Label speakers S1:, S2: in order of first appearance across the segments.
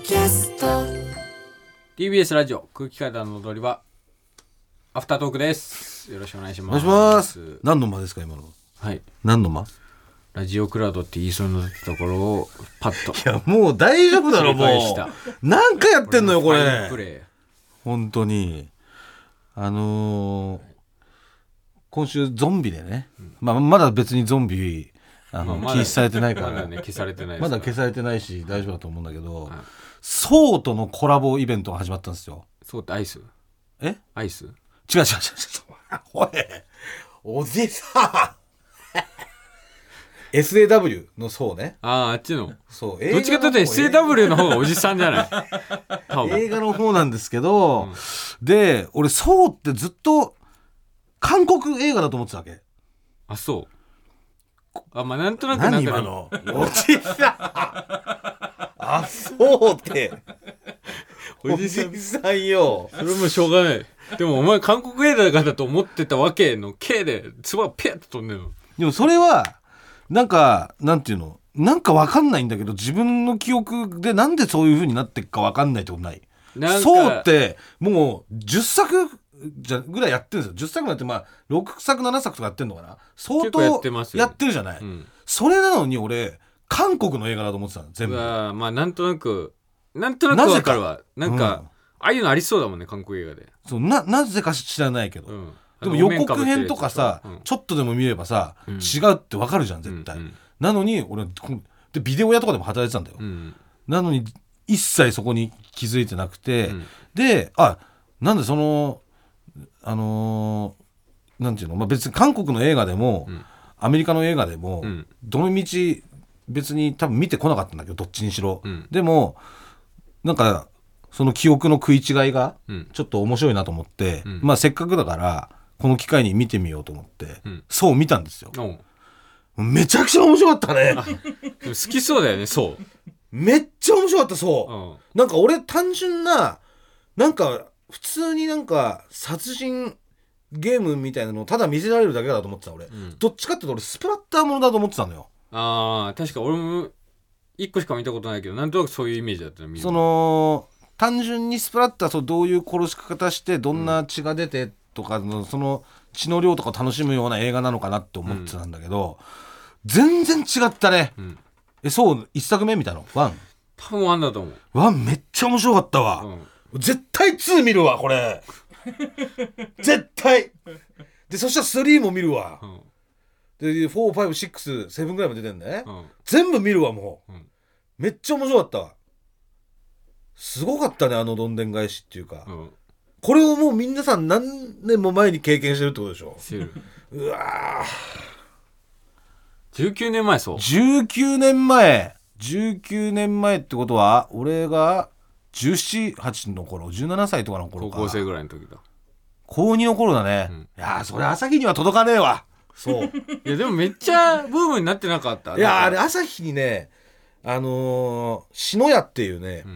S1: キャスト
S2: TBS ラジオ空気階段の踊り場アフタートークです。よろしくお願いし
S3: お
S2: ます。
S3: 願いします。何の間ですか今の。
S2: はい。
S3: 何の間。
S2: ラジオクラウドって言いそうになったところをパッと
S3: いやもう大丈夫だろも
S2: 切り返した
S3: う何回やってんのよこ
S2: ファインプ
S3: れ
S2: レ
S3: 本当に今週ゾンビでね、まだ別にゾンビ
S2: まだ
S3: 禁止されてないから、
S2: まだね消されてないです
S3: まだ消されてないし大丈夫だと思うんだけど、
S2: はい
S3: ソウとのコラボイベントが始まったんですよ。
S2: そうってアイス
S3: え
S2: アイス
S3: 違うおいおじさんSAW のソウね。
S2: あっちの
S3: そう
S2: どっちかというと SAW の方がおじさんじゃない多分
S3: 映画の方なんですけど、で俺ソウってずっと韓国映画だと思ってたわけ。
S2: あそうまあなんとなく
S3: 何今のおじさんあそうっておじさんよ。
S2: それもしょうがない。でもお前韓国映画だと思ってたわけの K でつばピャッと飛んでるの。
S3: でもそれはなんていうのなんかわかんないんだけど自分の記憶でなんでそういう風になってっかわかんないってことない。
S2: なんか
S3: そうってもう10作ぐらいやってるんですよ。10作もやって6作7作とかやってんのかな。相当
S2: 結構やってますよ
S3: やってるじゃない、それなのに俺韓国の映画だと思ってたの全部。
S2: まあなんとなくわかるわ。なんか、ああいうのありそうだもんね韓国映画で。
S3: そうなぜか知らないけど、でも予告編とかさ、ちょっとでも見ればさ、違うってわかるじゃん絶対、なのに俺でビデオ屋とかでも働いてたんだよ、なのに一切そこに気づいてなくて、でなんでそのなんていうの、別に韓国の映画でも、アメリカの映画でも、どの道別に多分見てこなかったんだけどどっちにしろ、でもなんかその記憶の食い違いがちょっと面白いなと思って、せっかくだからこの機会に見てみようと思って、そう見たんですよ。めちゃくちゃ面白かったね
S2: 好きそうだよね。そう
S3: めっちゃ面白かった。そう、なんか俺単純ななんか普通になんか殺人ゲームみたいなのをただ見せられるだけだと思ってた俺、どっちかっていうと俺スプラッターものだと思ってたのよ。
S2: 確か俺も1個しか見たことないけどなんとなくそういうイメージだったの。
S3: その単純にスプラッターどういう殺し方してどんな血が出てとかの、その血の量とか楽しむような映画なのかなって思ってたんだけど、全然違ったね、そう1作目見たの1
S2: 多分1だと思う。
S3: 1めっちゃ面白かったわ、絶対2見るわこれ絶対でそしたら3も見るわ、で4、5、6、7ぐらいも出てんね、全部見るわもう、めっちゃ面白かったわ。すごかったねどんでん返しっていうか、これをもう皆さん何年も前に経験してるってことでしょ。
S2: してる。
S3: うわ
S2: 19年前。そう
S3: 19年前ってことは俺が17、8の頃17歳とかの頃か。
S2: 高校生ぐらいの時だ。
S3: 高2の頃だね、いやそれ朝日には届かねえわ。そう
S2: いやでもめっちゃブームになってなかった。
S3: いやあれ朝日にね篠屋っていうね、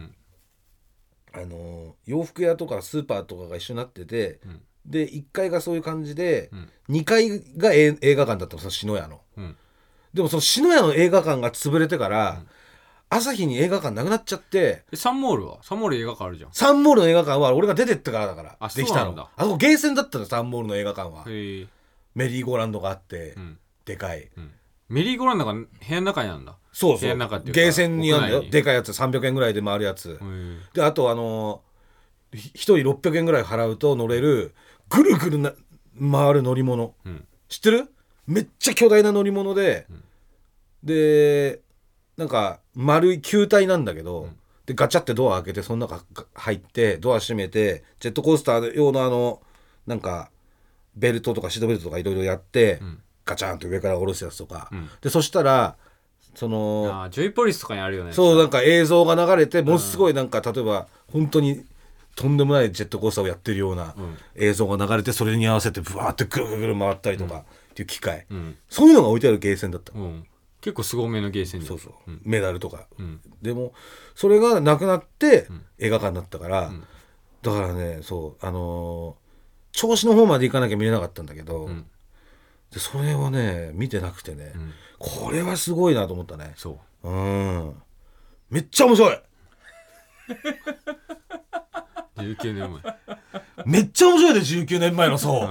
S3: 洋服屋とかスーパーとかが一緒になってて、で1階がそういう感じで、2階が映画館だったのその篠屋の、でもその篠屋の映画館が潰れてから、朝日に映画館なくなっちゃって。
S2: サンモール映画館あるじゃん。
S3: サンモールの映画館は俺が出てってからだからできたの。
S2: あ
S3: そこゲーセンだったのサンモールの映画館は。メリーゴーランドがあって、でかい、
S2: メリーゴーランドが部屋の中にあるんだ。
S3: そう
S2: 部屋の中っていうか
S3: ゲーセンにあるんだよ。でかいやつ300円ぐらいで回るやつで、あと1人600円ぐらい払うと乗れるぐるぐる回る乗り物、知ってる？めっちゃ巨大な乗り物で、でなんか丸い球体なんだけど、でガチャってドア開けてその中入ってドア閉めてジェットコースター用のなんかベルトとかシートベルトとかいろいろやって、ガチャンと上から下ろすやつとか、でそしたら
S2: ジョイポリスとかにあるよね。
S3: そうなんか映像が流れてものすごいなんか例えば本当にとんでもないジェットコースターをやってるような映像が流れて、それに合わせてブワーってぐるぐる回ったりとかっていう機械、そういうのが置いてあるゲーセンだった、
S2: 結構すごめのゲーセンで。
S3: そうそう、メダルとか、でもそれがなくなって映画館になったから、だからねそう銚子の方まで行かなきゃ見れなかったんだけど、でそれをね見てなくてね、これはすごいなと思ったね。
S2: そう、
S3: めっちゃ面白い
S2: 19年前
S3: めっちゃ面白いで19年前のそう、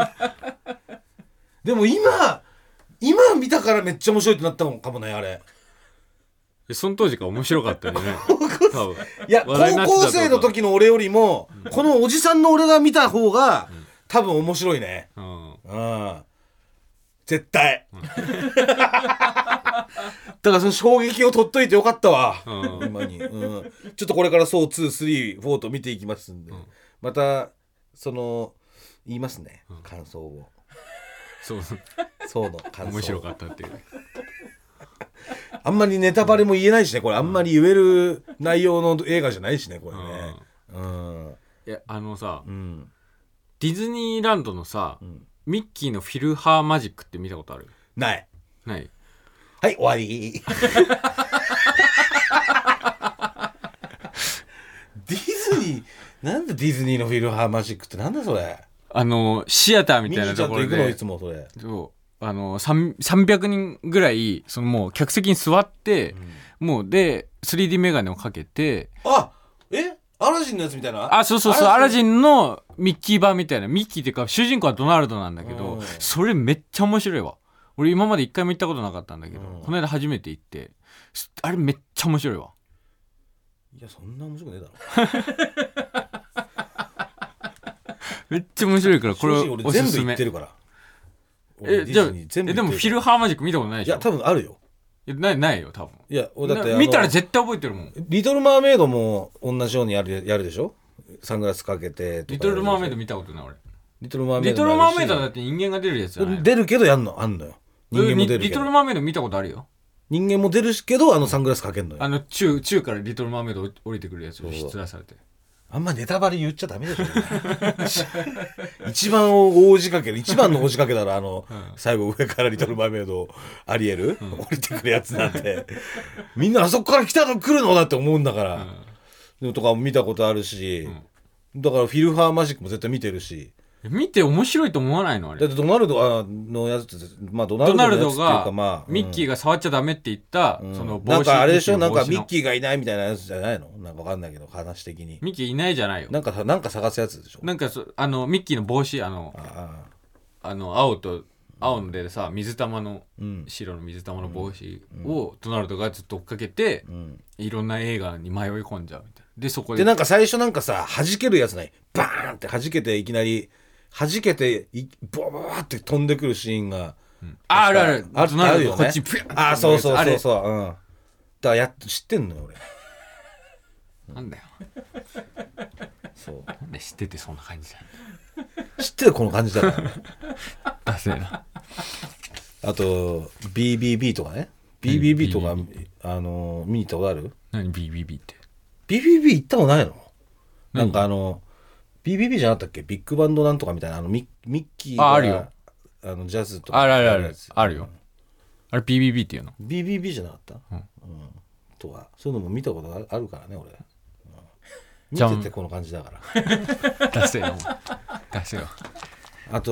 S3: でも今見たからめっちゃ面白いってなったのかもねあれ。
S2: その当時から面白かったよね多分。
S3: いや高校生の時の俺よりも、このおじさんの俺が見た方が、多分面白いね。絶対、だからその衝撃を取っといてよかったわ、今に、ちょっとこれからそう2、3、4と見ていきますんで、またその言いますね、感想を。そうの感想
S2: 面白かったっていう
S3: あんまりネタバレも言えないしねこれ、あんまり言える内容の映画じゃないしねこれね。
S2: いやさ、ディズニーランドのさ、ミッキーのフィルハーマジックって見たことある？
S3: ない
S2: はい、
S3: 終わりディズニーなんでディズニーのフィルハーマジックってなんだそれ。
S2: シアターみたいなところで
S3: ミニーちゃんと行くのいつもそれ。
S2: そう300人ぐらいそのもう客席に座って、もうで 3D メガネをかけて、
S3: アラジンのやつみたいな。
S2: そうアラジンのミッキー版みたいな。ミッキーっていうか主人公はドナルドなんだけど、それめっちゃ面白いわ。俺今まで一回も行ったことなかったんだけど、この間初めて行って、あれめっちゃ面白いわ。
S3: いやそんな面白くねえだろ
S2: めっちゃ面白いからこれおすすめ。
S3: 全部行ってるから。
S2: じゃあでもフィルハーマジック見たことないでしょ？
S3: いや多分あるよ。
S2: ないよ多分。
S3: いやだって
S2: 見たら絶対覚えてるもん。
S3: リトルマーメイドも同じようにやるでしょ。サングラスかけてとか。
S2: リトルマーメイド見たことない俺。
S3: リトルマーメ
S2: イドだって人間が出るやつじゃない？
S3: 出るけどあんのよ。人間も出るけど。
S2: リトルマーメイド見たことあるよ。
S3: 人間も出るけどサングラスかけんのよ。
S2: 宙からリトルマーメイド降りてくるやつを出題されて。
S3: あんまネタバレ言っちゃダメでしょ一番大仕掛け一番の大仕掛けだろ最後上からリトルマーメイドアリエル、降りてくるやつなんてみんなあそこから来るのだって思うんだから、でもとかも見たことあるし、だからフィルハーマジックも絶対見てるし。
S2: 見て面白いと思わないのあれ。
S3: だってドナルドのやつってド
S2: ナルドがミッキーが触っちゃダメって言った、その帽子、
S3: なんかあれでしょ、なんかミッキーがいないみたいなやつじゃないの？なんかわかんないけど話的に
S2: ミッキーいないじゃないよ。
S3: なんか探すやつでしょ。
S2: なんかミッキーの帽子青のでさ水玉の、白の水玉の帽子をドナルドがずっと追っかけて、いろんな映画に迷い込んじゃうみたいな。でそこで
S3: なんか最初なんかさ弾けるやつない？バーンって弾けていきなり弾けてボーって飛んでくるシーンが、
S2: ある
S3: ドナルドこっち
S2: ピュ
S3: ッそうだから知ってんのよ俺。
S2: なんだよ
S3: そう
S2: なんで知っててそんな感じだよ。
S3: 知ってるこの感じだから
S2: ダセえな。
S3: あと BBB とかね。 BBB とか見に行ったことある？
S2: 何 BBB って？
S3: BBB 行ったことないの？なんかBBB じゃなかったっけ？ビッグバンドなんとかみたいなミッキーが
S2: あるよ。
S3: ジャズとか
S2: あるよ。あれ BBB っていうの？
S3: BBB じゃなかった？とかそういうのも見たことあるからね俺。見ててこの感じだから
S2: 出せよ
S3: あと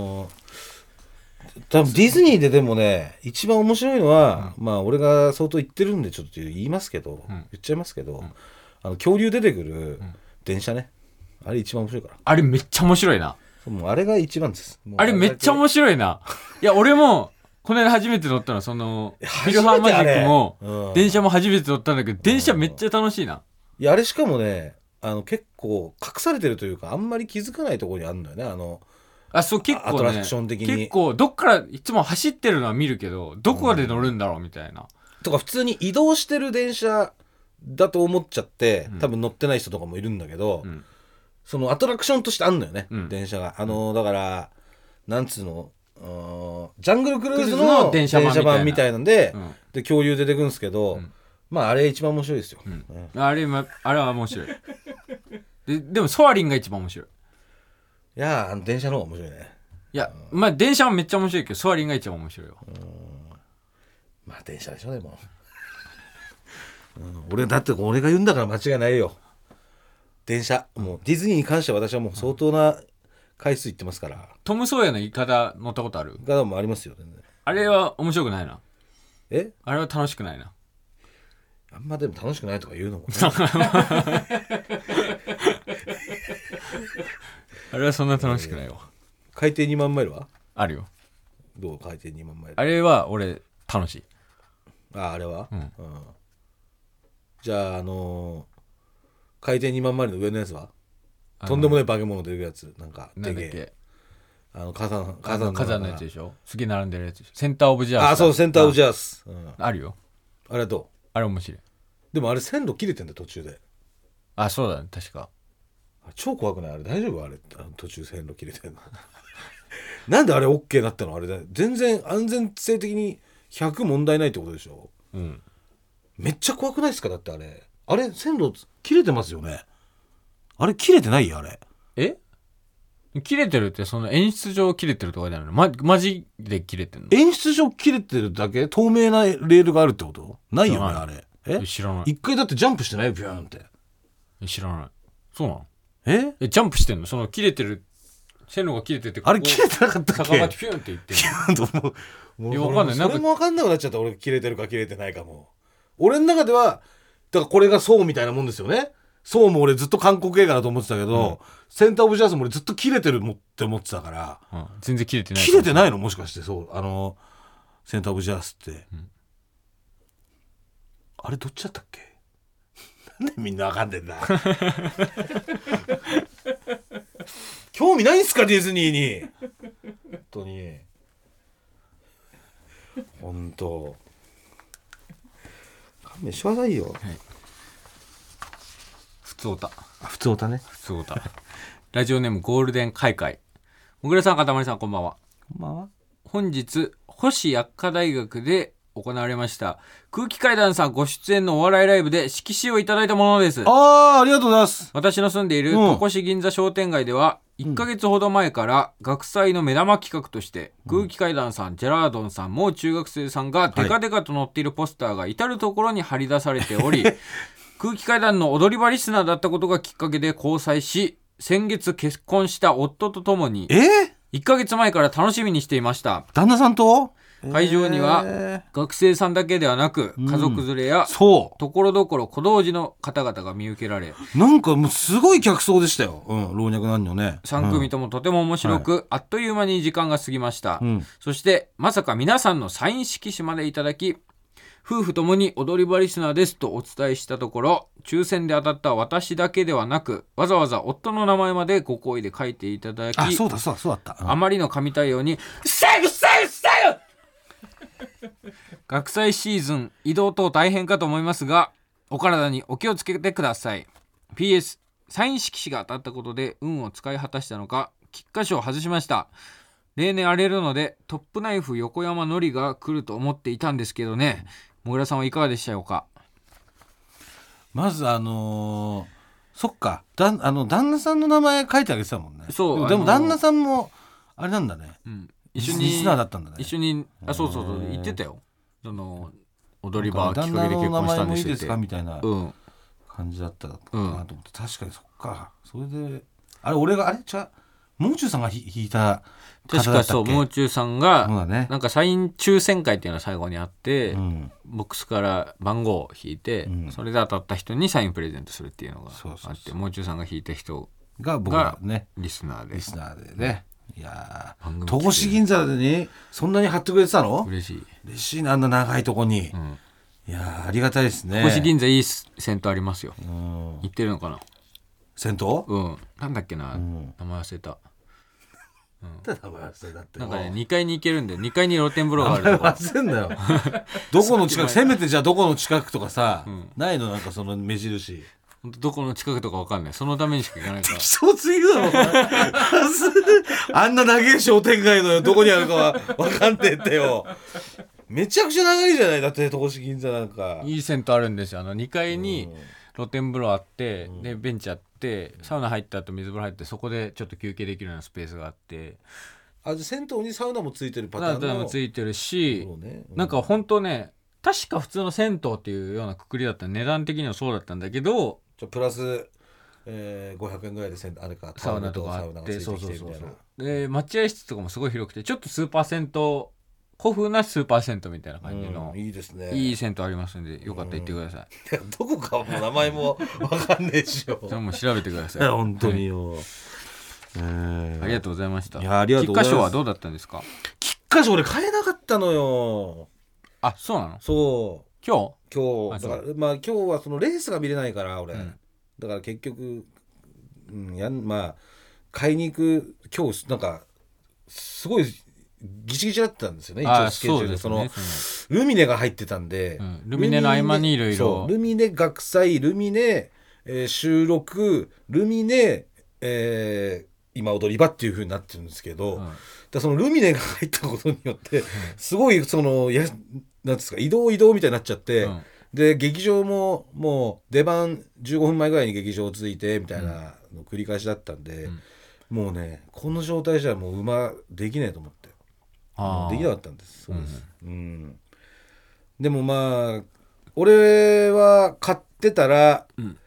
S3: 多分ディズニーででもね一番面白いのは、まあ俺が相当言ってるんでちょっと言いますけど、言っちゃいますけど、恐竜出てくる電車ね、あれ一番面白いから。
S2: あれめっちゃ面白いな。
S3: もうあれが一番です。
S2: あれめっちゃ面白いな。いや俺もこの間初めて乗ったのフィルハーマジックも、電車も初めて乗ったんだけど、電車めっちゃ楽しいな。
S3: いやあれしかもね結構隠されてるというかあんまり気づかないところにあるんだよね
S2: そう結構ね
S3: アトラクション的に
S2: 結構どっからいつも走ってるのは見るけどどこで乗るんだろうみたいな、
S3: とか普通に移動してる電車だと思っちゃって、多分乗ってない人とかもいるんだけど、そのアトラクションとしてあんのよね、電車がだからなんつうのジャングルクルーズの電車版みたいなんで、で恐竜出てくるんですけど、まああれ一番面白いですよ、
S2: あれは面白いでもソアリンが一番面白い。
S3: いや電車の方が面白いね。
S2: いやまあ電車はめっちゃ面白いけどソアリンが一番面白いよ。
S3: まあ電車でしょでも俺だって俺が言うんだから間違いないよ。電車もうディズニーに関しては私はもう相当な回数行ってますから。
S2: トム・ソーヤのイカダ乗ったことある？
S3: イカダもありますよね。
S2: あれは面白くないな。
S3: あれ
S2: は楽しくないな。
S3: んまでも楽しくないとか言うのもね
S2: あれはそんな楽しくないわ。
S3: 海底2万マイルは
S2: あるよ。
S3: どう海底2万マイル
S2: あれは俺楽しい。
S3: あれは、
S2: うん
S3: じゃあ海底2万マイルの上のやつはとんでもない化け物出るやつなんか
S2: なんだっけ、
S3: 火
S2: 山のやつでしょ。次並んでるやつでしょ。センターオブジャース。
S3: あ、そうセンターオブジャース、
S2: あるよ。
S3: あれはどう
S2: あれ面白い。
S3: でもあれ線路切れてんだよ途中で。
S2: あ、そうだね、確か。
S3: 超怖くないあれ大丈夫あれ途中線路切れてんのなんであれ OK だったのあれだ全然安全性的に100問題ないってことでしょ。
S2: うん。
S3: めっちゃ怖くないですかだってあれ線路切れてますよね。あれ切れてないあれ。
S2: え切れてるってその演出上切れてるとかじゃないの、マジで切れてんの。
S3: 演出上切れてるだけ透明なレールがあるってことないよねあれ。
S2: 知らない。
S3: 一回だってジャンプしてないビューンって
S2: 知らない。そうなの。
S3: ジ
S2: ャンプしてんの。その切れてる線路が切れてて、
S3: あれ切れてなかったっけ。
S2: 坂がピュンっていってる
S3: もう
S2: いやわかんない。
S3: それも分かんなくなっちゃった。俺切れてるか切れてないかも。俺の中ではだからこれがそうみたいなもんですよね。そうも俺ずっと韓国映画だと思ってたけど、センターオブジャースも俺ずっと切れてるって思ってたから、
S2: 全然切れてない。
S3: 切れてないのもしかして。そうセンターオブジャースって、あれどっちだったっけ。なんでみんな分かんでんだ興味ないんすかディズニーに。本当に本当勘弁してくださいよ。
S2: 普通歌
S3: 普通歌ね。
S2: 普通歌ラジオネームゴールデン開会。もぐらさん、かたまりさん、こんばんは。
S3: こんばんは。
S2: 本日星薬科大学で行われました空気階段さんご出演のお笑いライブで色紙をいただいたものです。
S3: ありがとうございます。
S2: 私の住んでいる戸越銀座商店街では1ヶ月ほど前から学祭の目玉企画として空気階段さん、ジェラードンさん、もう中学生さんがデカデカと載っているポスターが至る所に貼り出されており空気階段の踊り場リスナーだったことがきっかけで交際し、先月結婚した夫と共に1ヶ月前から楽しみにしていました。
S3: 旦那さんと
S2: 会場には学生さんだけではなく家族連れやところどころ小道寺の方々が見受けられ、
S3: なんかもうすごい客層でしたよ、老若男女ね。
S2: 3組ともとても面白く、あっという間に時間が過ぎました、そしてまさか皆さんのサイン色紙までいただき、夫婦ともに踊り場リスナーですとお伝えしたところ、抽選で当たった私だけではなくわざわざ夫の名前までご好意で書いていただき、
S3: そうだった、
S2: あまりの神対応に学祭シーズン移動等大変かと思いますがお体にお気をつけてください。 PS サイン色紙が当たったことで運を使い果たしたのか菊花賞を外しました。例年荒れるのでトップナイフ横山のりが来ると思っていたんですけどね。もぐらさんはいかがでしたようか。
S3: まずそっか旦那さんの名前書いてあげてたもんね。
S2: そう
S3: でも旦那さんもあれなんだね、
S2: 一緒に
S3: リスナーだったんだね。
S2: 一緒にそう言ってたよ。その踊り場きっかけで結婚したんですよって。旦那の名前もいいですかみたいな感じだったかなと思って、確かにそっか。それで俺がもう中さんが弾いた方だったっけ。確かそう、もう中さんがなんかサイン抽選会っていうのが最後にあって、ボックスから番号を引いて、それで当たった人にサインプレゼントするっていうのがあって、もう中さんが引いた人
S3: が僕がね
S2: リスナーでね。
S3: いや戸越銀座でねそんなに貼ってくれてたの。嬉しいな、あんな長いとこに、いやありがたいですね。
S2: 戸越銀座いい銭湯ありますよ。行ってるのかな
S3: 銭湯。
S2: なんだっけな、名前忘れた。
S3: なん
S2: かね2階に行けるんで、2階に露天風呂があるとこ
S3: 忘れんなよどこの近くせめてじゃあどこの近くとかさ、ないのなんかその目印。
S2: どこの近くとか分かんない。そのためにしか行かないから。
S3: 適当すぎるだろあんな長い商店街のどこにあるかは分かんねえってよ。めちゃくちゃ長いじゃない。だって戸越銀座なんか
S2: いい銭湯あるんですよ。2階に露天風呂あって、でベンチあって、サウナ入った後水風呂入って、そこでちょっと休憩できるようなスペースがあって。
S3: じゃ銭湯にサウナもついてるパターンの。
S2: サウナもついてるし、なんか本当ね、確か普通の銭湯っていうようなくくりだった。値段的にはそうだったんだけど、
S3: プラス、500円ぐらいであれか
S2: サウナとかあって、そうで待合室とかもすごい広くて、ちょっとスーパー銭湯コ古風なスーパー銭湯みたいな感じの、
S3: いいですね。
S2: いい銭湯ありますんでよかったら行ってください。
S3: いやどこかもう名前もわかんねえしよ。
S2: それも調べてください。
S3: 本当によ。
S2: ありがとうございました。
S3: いやありがとうございます。
S2: 菊花賞はどうだったんですか？
S3: 菊花賞俺買えなかったのよ。
S2: あ、そうなの？
S3: そう。
S2: 今
S3: 日だからまあ今日はそのレースが見れないから俺、だから結局、まあ買いに行く今日なんかすごいギチギチだったんですよね。一応スケジュールでそのルミネが入ってたんで、
S2: ルミネの合間にいろいろ
S3: ルミネ学祭、ルミネ、収録、ルミネ、今踊り場っていう風になってるんですけど、だそのルミネが入ったことによってすごいそのなんですか移動みたいになっちゃって、で劇場ももう出番15分前ぐらいに劇場着いてみたいなの繰り返しだったんで、もうねこの状態じゃもう馬できねえと思ってできなかったんです。そうです、でもまあ俺は買ってたら、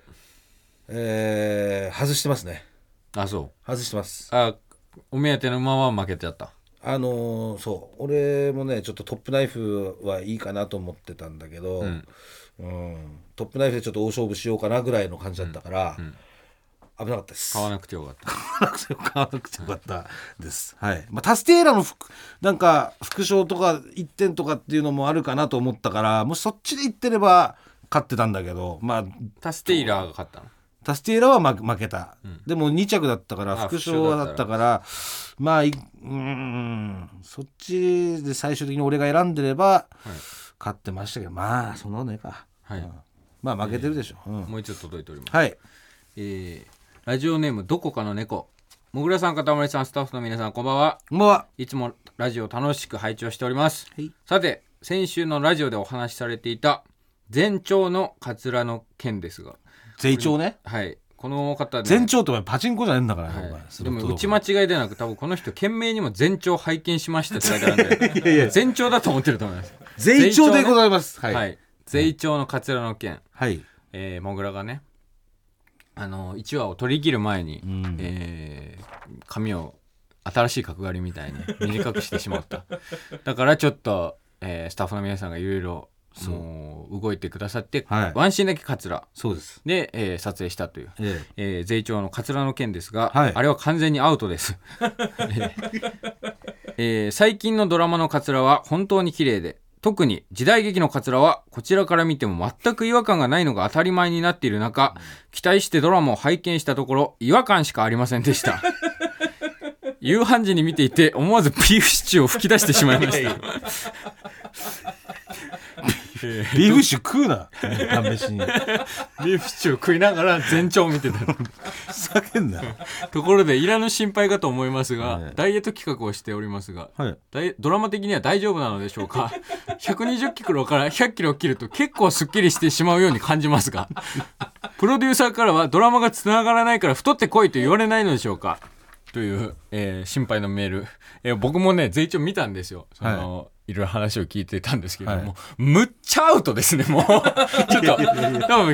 S3: 外してますね。
S2: あ、そう
S3: 外してます。
S2: あ、お目当ての馬は負けちゃった。
S3: そう俺もねちょっとトップナイフはいいかなと思ってたんだけど、トップナイフでちょっと大勝負しようかなぐらいの感じだったから、危なかったです。
S2: 買わなくてよかった。
S3: 買わなくてよかったです。はい。まあタスティエーラのなんか副賞とか1点とかっていうのもあるかなと思ったから、もしそっちで行ってれば勝ってたんだけど、まあ
S2: タスティエーラが勝ったの。
S3: タスティエーラは負けた、でも2着だったから副賞だったからまあそっちで最終的に俺が選んでれば勝ってましたけど、まあそのねか、まあ負けてるでしょ、
S2: もう一度届いております。
S3: はい、
S2: ラジオネームどこかの猫。もぐらさん、かたまりさん、スタッフの皆さん、こんばんは。
S3: こんばんは。
S2: いつもラジオ楽しく拝聴しております、
S3: はい、
S2: さて先週のラジオでお話しされていた前兆のカツラの件ですが、
S3: 前兆ね。
S2: はい。この方ね、
S3: 前兆ってパチンコじゃねえんだから、
S2: でも打ち間違いでなく多分この人懸命にも前兆拝見しましたって書いてあるんでいや前兆だと思ってると思います。
S3: 前兆でございます。
S2: はい。前兆のカツラの件。
S3: はい。
S2: もぐらがね、1話を取り切る前に、髪を新しい角刈りみたいに短くしてしまった。だからちょっと、スタッフの皆さんがいろいろ動いてくださって、ワンシーンだけカツラで、撮影したという、税調のカツラの件ですが、あれは完全にアウトです、最近のドラマのカツラは本当に綺麗で、特に時代劇のカツラはこちらから見ても全く違和感がないのが当たり前になっている中、期待してドラマを拝見したところ違和感しかありませんでした夕飯時に見ていて思わずビーフシチューを吹き出してしまいました
S3: ビーフシチュー食うな試しにビ
S2: ーフシチュー食いながら前兆を見てた
S3: 叫んだ
S2: ところでいらぬ心配かと思いますが、ダイエット企画をしておりますが、ドラマ的には大丈夫なのでしょうか120キロから100キロを切ると結構スッキリしてしまうように感じますがプロデューサーからはドラマがつながらないから太ってこいと言われないのでしょうかという、心配のメール、僕もね税調見たんですよ。いろいろ話を聞いてたんですけれども、むっちゃアウトですね。もうちょっと多分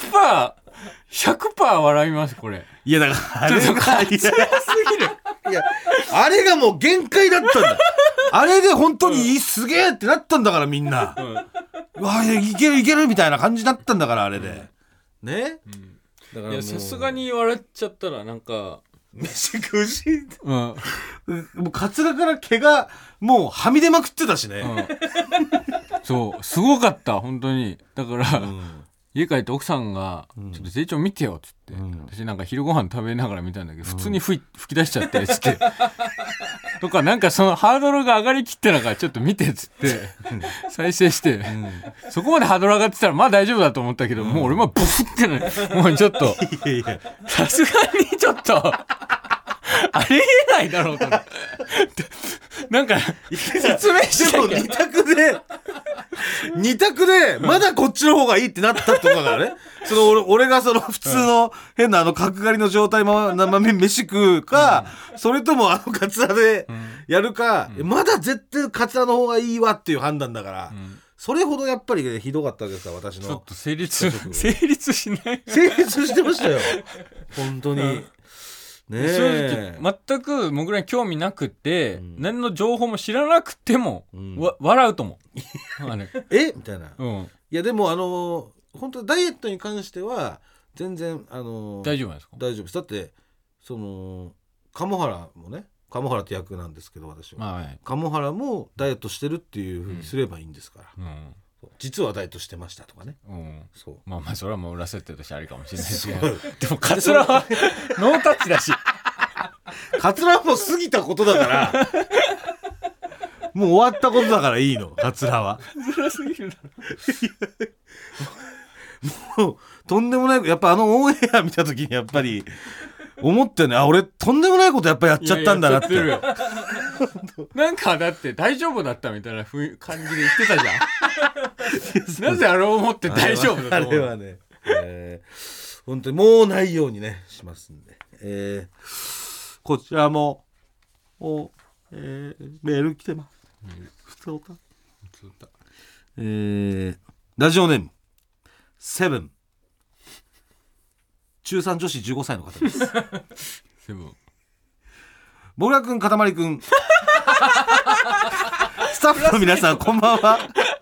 S2: 100% 笑いますこれ。
S3: いやだからあれが
S2: 強すぎる。
S3: いやあれがもう限界だったんだあれで本当にすげえってなったんだからみんな、わあいけるいけるみたいな感じだったんだからあれで、ね、
S2: だからさすがに笑っちゃったらなんか
S3: 飯食うし、もうカツラから毛がもうはみ出まくってたしね、
S2: そうすごかった本当に。だから、家帰って奥さんがちょっと税調見てよっつって、私なんか昼ご飯食べながら見たんだけど普通に吹き出しちゃってっつってとかなんかそのハードルが上がりきってなからちょっと見てっつって再生して、そこまでハードル上がってたらまあ大丈夫だと思ったけど、もう俺もブフってねもうちょっとさすがにちょっとありえないだろうと思ってなんか説明しても
S3: 2択でまだこっちの方がいいってなったってことだからねその俺がその普通の変な角刈りの状態まま飯食うか、それともカツラでやるか、まだ絶対カツラの方がいいわっていう判断だから、それほどやっぱり、ひどかったわけですよ私の。
S2: ちょっと成立しない。
S3: 成立してましたよ本当に。 ねえ
S2: 正直全く僕らに興味なくて、何の情報も知らなくても、笑うと思うあれ
S3: みたいな、
S2: うん、
S3: いやでも本当ダイエットに関しては全然
S2: 大丈夫なんですか？
S3: 大丈夫です。だってその鴨原もね、鴨原って役なんですけど私は、
S2: はい、
S3: 鴨原もダイエットしてるっていう風にすればいいんですから、実はダイエットしてましたとかね、
S2: そうまあそれはもう裏設定としてありかもしれないですけどでもカツラはノータッチだし
S3: カツラも過ぎたことだからもう終わったことだからいいの、カツラは
S2: ずらすぎるだ
S3: ろもうとんでもない、やっぱオンエア見た時にやっぱり思ったよね、俺とんでもないことやっぱやっちゃったんだなって。
S2: なんかだって大丈夫だったみたいな感じで言ってたじゃんなぜあれを思って大丈夫だと思う？
S3: あれはね、本当にもうないようにねしますんで、こちらもメール来てます。普通だ。ラジオネームセブン、中3女子15歳の方です
S2: セブン、
S3: ボラくん、かたまりくんスタッフの皆さんこんばんは。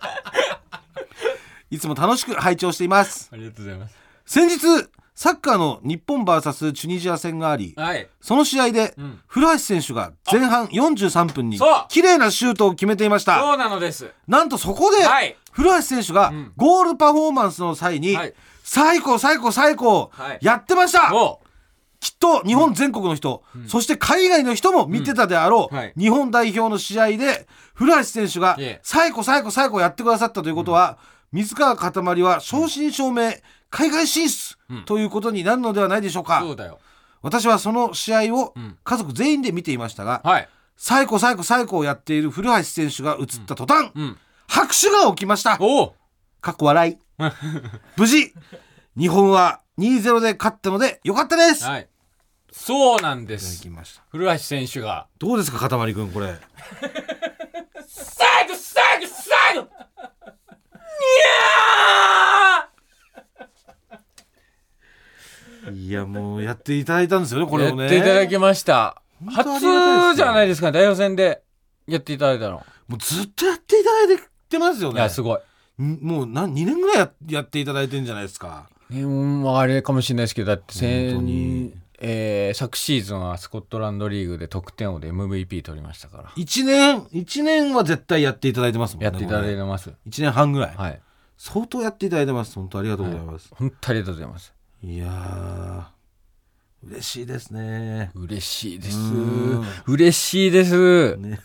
S3: いつも楽しく拝聴しています。
S2: ありがとうございます。
S3: 先日サッカーの日本 VS チュニジア戦があり、
S2: はい、
S3: その試合で、古橋選手が前半43分に綺麗なシュートを決めていました。
S2: そうなのです。
S3: なんとそこで、古橋選手がゴールパフォーマンスの際に、最高、やってました。きっと日本全国の人、そして海外の人も見てたであろう、日本代表の試合で古橋選手が最高やってくださったということは、水川かたまりは正真正銘海外進出ということになるのではないでしょうか。
S2: そうだよ。
S3: 私はその試合を家族全員で見ていましたが、最高をやっている古橋選手が映った途端、拍手が起きました。かっこ笑い無事日本は 2-0 で勝ったのでよかったです。
S2: そうなんです。古橋選手が
S3: どうですか、かたまりくん、これ
S2: 最後
S3: いやもうやっていただいたんですよね、これをね。
S2: やっていただきました。初じゃないですか、代表戦でやっていただいたの。
S3: もうずっとやっていただいてますよね。
S2: いやすごい。
S3: もう2年ぐらい やっていただいてるんじゃないですか。
S2: あれかもしれないですけど、だって昨シーズンはスコットランドリーグで得点王で MVP 取りましたから。
S3: 1年は絶対やっていただいてますもんね。
S2: やっていただいてます。
S3: 1年半ぐらい、相当やっていただいてます。本当ありがとうございます。
S2: 本当ありがとうございます。
S3: いや嬉しいですね。
S2: 嬉しいです嬉しいです、ね、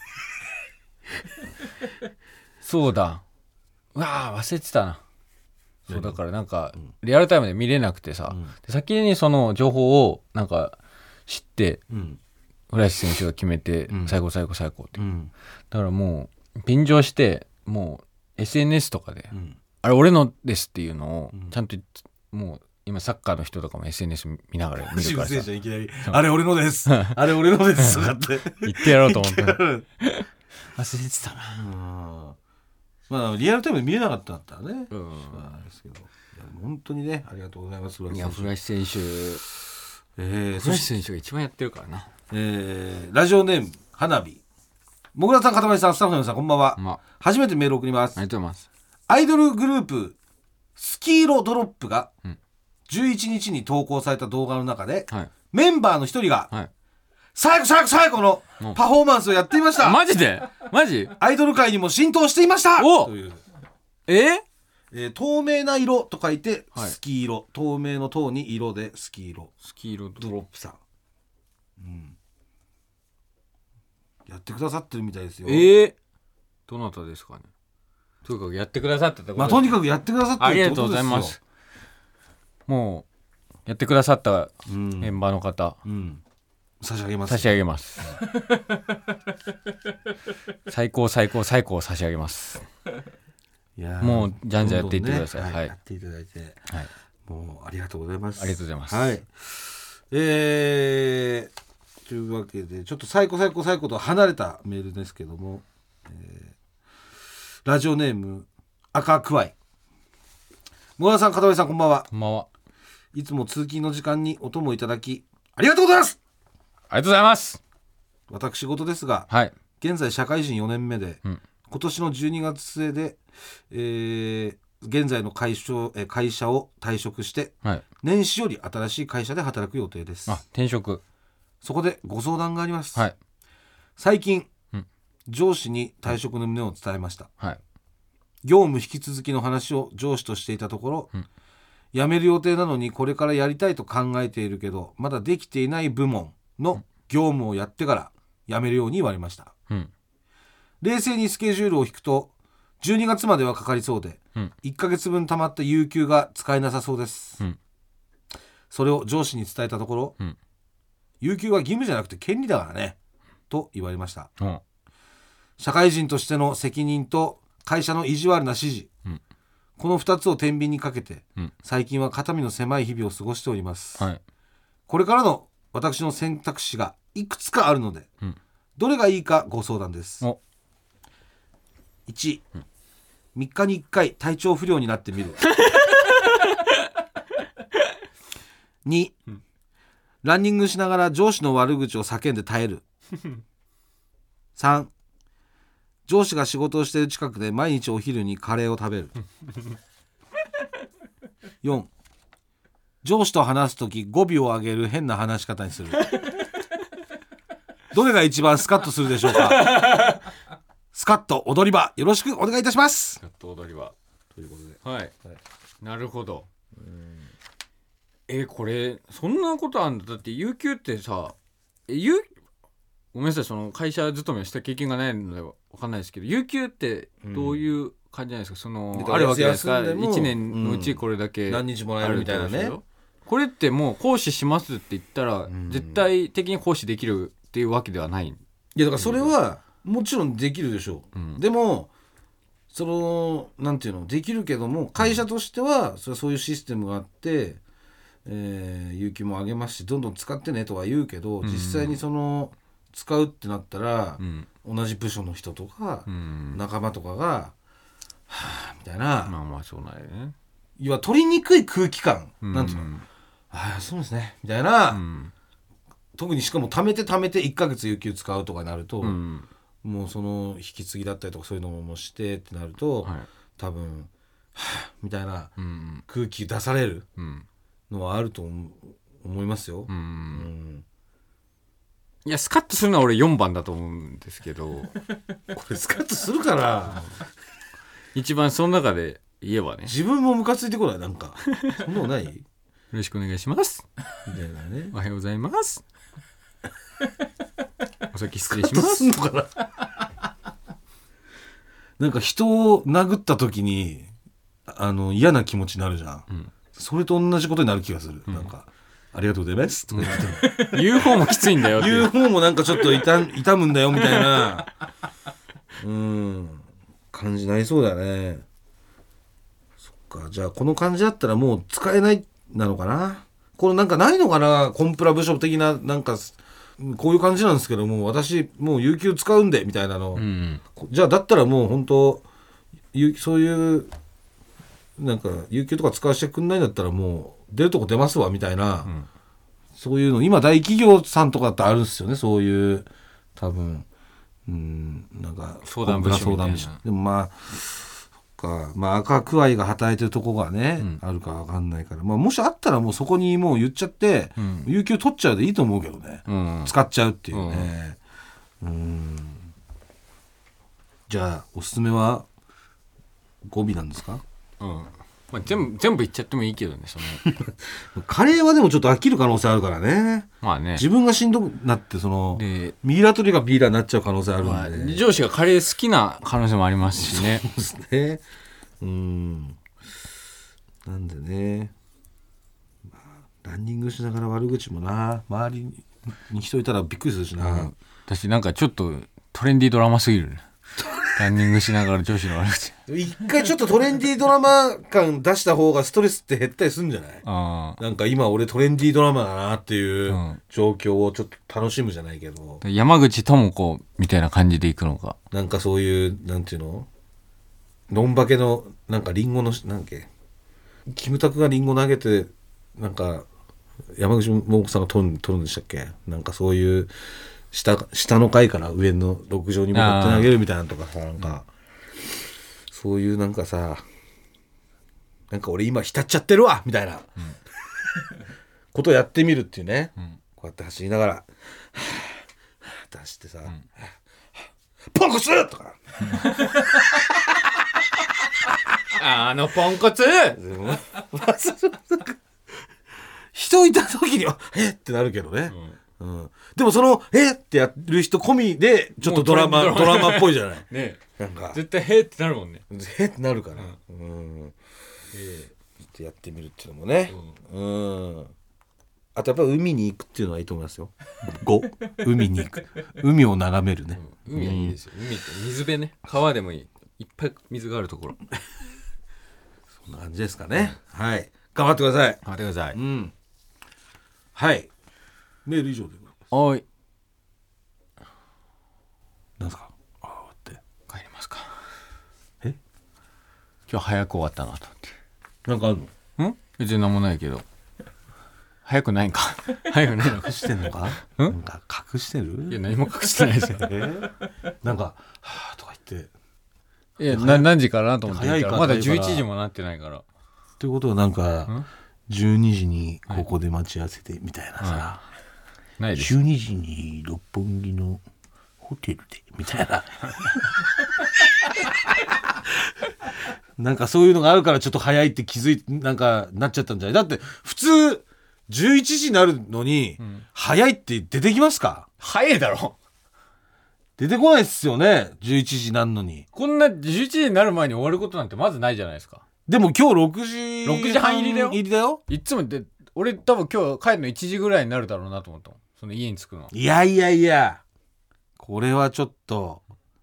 S2: そうだ、うわ忘れてたな。そうだからなんかリアルタイムで見れなくてさ、で先にその情報をなんか知って、浦橋選手が決めて、最高って、だからもう便乗してもう SNS とかで、あれ俺のですっていうのをちゃんともう今サッカーの人とかも SNS 見ながら見るからさ、
S3: いきなりあれ俺のですあれ俺のですとかって
S2: 言ってやろうと思って忘れてたな。
S3: まあリアルタイムで見えなかったんだったらね、ですけど、本当にねありがとうございます。
S2: 古橋選手、古橋選手が一番やってるからな。
S3: ラジオネーム花火、もぐらさん、かたまりさん、スタッフの皆さんこんばんは、初めてメールを送ります。
S2: ありがとうございます。
S3: アイドルグループスキーロドロップが11日に投稿された動画の中で、メンバーの一人が、最後のパフォーマンスをやっていました。
S2: マジで？マジ？
S3: アイドル界にも浸透していましたという透明な色と書いてスキー色、透明の透に色でスキー色ドロップさん、やってくださってるみたいですよ。
S2: どなたですかね。とにかくやってくださってたこと、
S3: とにかくやってくださってるってことですよ。
S2: ありがとうございます。もうやってくださったメンバーの方、差し上げます最高を差し上げます。いやもうじゃんじゃんやっていってください。
S3: やっていただいて、もうありがとうございます。
S2: ありがとうございます。
S3: というわけでちょっと最高と離れたメールですけども、ラジオネーム赤くわい、もぐらさん、かたまりさん、こんばんは。
S2: こんばんは。
S3: いつも通勤の時間にお供いただきありがとうございます。
S2: ありがとうございます。
S3: 私事ですが、
S2: はい。
S3: 現在社会人4年目で、
S2: うん、
S3: 今年の12月末で、現在の会社を退職して、
S2: はい、
S3: 年始より新しい会社で働く予定です。
S2: あ、転職。
S3: そこでご相談があります。
S2: はい、
S3: 最近、
S2: うん、
S3: 上司に退職の旨を伝えました。
S2: はい、
S3: 業務引き続きの話を上司としていたところ、辞める予定なのにこれからやりたいと考えているけどまだできていない部門の業務をやってから辞めるように言われました。冷静にスケジュールを引くと12月まではかかりそうで、1ヶ月分溜まった有給が使えなさそうです。それを上司に伝えたところ、有給は義務じゃなくて権利だからねと言われました。社会人としての責任と会社の意地悪な指示、この2つを天秤にかけて、最近は肩身の狭い日々を過ごしております。これからの私の選択肢がいくつかあるので、どれがいいかご相談です。1、3日に1回体調不良になってみる。2、ランニングしながら上司の悪口を叫んで耐える。3、上司が仕事をしている近くで毎日お昼にカレーを食べる。4、上司と話すとき語尾を上げる変な話し方にする。どれが一番スカッとするでしょうか。スカッと踊り場よろしくお願いいたします。
S2: スカッと踊り場
S3: ということで、
S2: はい、なるほど。これそんなことあんだ。だって有給ってさ、ごめんなさい、その会社勤めをした経験がないので分かんないですけど、有給ってどういう感じなんですか。そのあるわけですか。1年のうちこれだけ、
S3: 何日もらえるみたいなね。
S2: これってもう行使しますって言ったら、絶対的に行使できるっていうわけではない。い
S3: やだからそれはもちろんできるでしょう、でもそのなんていうのできるけども会社としてはそういうシステムがあって、有給も上げますしどんどん使ってねとは言うけど、実際にその使うってなったら、同じ部署の人とか、仲間とかがはぁみたいな、
S2: まあそうなんやね。
S3: 要は取りにくい空気感、なんていうの、ああそうですねみたいな、特にしかも貯めて1ヶ月有給使うとかになると、もうその引き継ぎだったりとかそういうのもしてってなると、多分はぁみたいな空気出されるのはあると思いますよ。
S2: いやスカッとするのは俺4番だと思うんですけどこ
S3: れスカッとするから
S2: 一番その中で言えばね、
S3: 自分もムカついてこない。なんかそんなのない。よ
S2: ろしくお願いします
S3: みたいなね。
S2: おはようございますお先失礼します。
S3: のかななんか人を殴った時に嫌な気持ちになるじゃん、それと同じことになる気がする、なんかありがとうございますとか言って
S2: 言う方もきついんだよって
S3: 言う方もなんかちょっと痛むんだよみたいな感じになりそうだよね。そっか、じゃあこの感じだったらもう使えないなのかな。これなんかないのかな、コンプラ部署的な、なんかこういう感じなんですけども私もう有給使うんでみたいなの、じゃあだったらもう本当そういうなんか有給とか使わせてくんないんだったらもう出るとこ出ますわみたいな、そういうの今大企業さんとかってあるんですよね、そういう多分なんか
S2: 相談部署みたいな。
S3: でもまあ赤くわいが働いてるとこがね、あるか分かんないから、もしあったらもうそこにもう言っちゃって、有給取っちゃうでいいと思うけどね、使っちゃうっていうね、じゃあおすすめは語尾なんですか。
S2: 全部言っちゃってもいいけどね。そ
S3: のカレーはでもちょっと飽きる可能性あるからね。
S2: まあね、
S3: 自分がしんどくなってそのミイラ取りがビーラーになっちゃう可能性あるんで、
S2: 上司がカレー好きな可能性もありますしね。
S3: そうですね。なんでね、ランニングしながら悪口もな、周りに人いたらびっくりするしな、
S2: 私なんかちょっとトレンディードラマすぎるランニングしながら女子の悪口。
S3: 一回ちょっとトレンディードラマ感出した方がストレスって減ったりするんじゃない。なんか今俺トレンディードラマだなっていう状況をちょっと楽しむじゃないけど、
S2: 山口智子みたいな感じでいくのか。
S3: なんかそういうなんていうの、ロンバケのなんかリンゴのなんけキムタクがリンゴ投げてなんか山口桃子さんが撮るんでしたっけ、なんかそういう下の階から上の6畳に向かって投げるみたいなのとかさ、なんかそういうなんかさ、なんか俺今浸っちゃってるわみたいな、ことをやってみるっていうね、こうやって走りながらはぁはぁって走ってさ、ポンコツとか
S2: ポンコツ
S3: 人いた時にはえってなるけどね、でもそのえってやる人込みでちょっとドラマっぽいじゃない
S2: ね、
S3: なんか
S2: 絶対へーってなるもんね。
S3: へってなるから、ちょっとやってみるっていうのもね、あとやっぱ海に行くっていうのはいいと思いますよ。海に行く、海を眺めるね、
S2: 海はいいですよ。海って水辺ね、川でもいい、いっぱい水があるところ。
S3: そんな感じですかね。はい、頑張ってください。
S2: 頑張ってください。
S3: はい、メール以上で
S2: おい、
S3: なんすか、って
S2: 帰りますか。
S3: え、
S2: 今日早く終わったなと思って。
S3: なんかあるの？
S2: 別に何もないけど。早くないんか。早くないのか。
S3: 隠してんのか？なんか隠してる？
S2: いや、何も隠してないですよ。
S3: なんかはぁとか言って、
S2: いや、何時からなと思って
S3: 早いから
S2: まだ11時もなってないから。
S3: ということはなんか12時にここで待ち合わせてみたいなさ、
S2: ないです。
S3: 12時に六本木のホテルでみたいななんかそういうのがあるからちょっと早いってなんかなっちゃったんじゃない？だって普通11時になるのに、早いって出てきますか？
S2: 早いだろ。
S3: 出てこないっすよね、11時になるのに。
S2: こんな11時になる前に終わることなんてまずないじゃないですか。
S3: でも今日6時
S2: 半入りだよ。
S3: い
S2: つもで、俺多分今日帰るの1時ぐらいになるだろうなと思ったもん。その家に着くの。
S3: いやこれはちょっと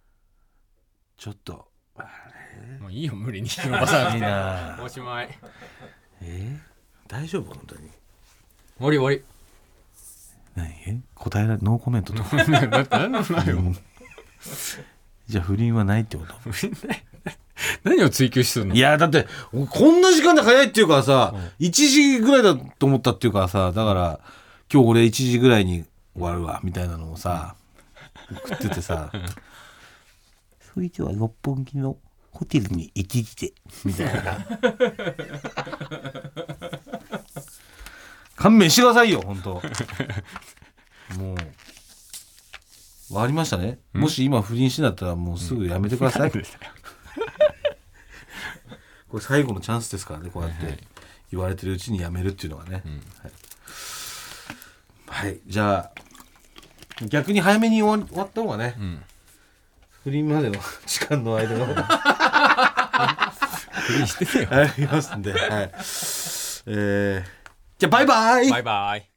S2: もういいよ、無理に引き伸ばさなくて。
S3: いいな。
S2: おしまい。
S3: 大丈夫本当に？
S2: 終わり。
S3: 何？答えられノーコメントとか
S2: だって何でもないよ。
S3: じゃあ不倫はないってこと？
S2: 何を追求してるの？
S3: いやだってこんな時間で早いっていうからさ、1時ぐらいだと思ったっていうからさ、だから今日俺1時ぐらいに終わるわみたいなのをさ送っててさそれでは六本木のホテルに1時でみたいな勘弁してくださいよ本当。もう終わりましたね。もし今不倫してんだったらもうすぐやめてください。これ最後のチャンスですからね、こうやって言われてるうちにやめるっていうのはね、はい、じゃあ逆に早めに終わった方がね、不倫までの時間の間の
S2: 不倫してねよ。
S3: ありますんで、じゃあバイバイ。
S2: バイバイ。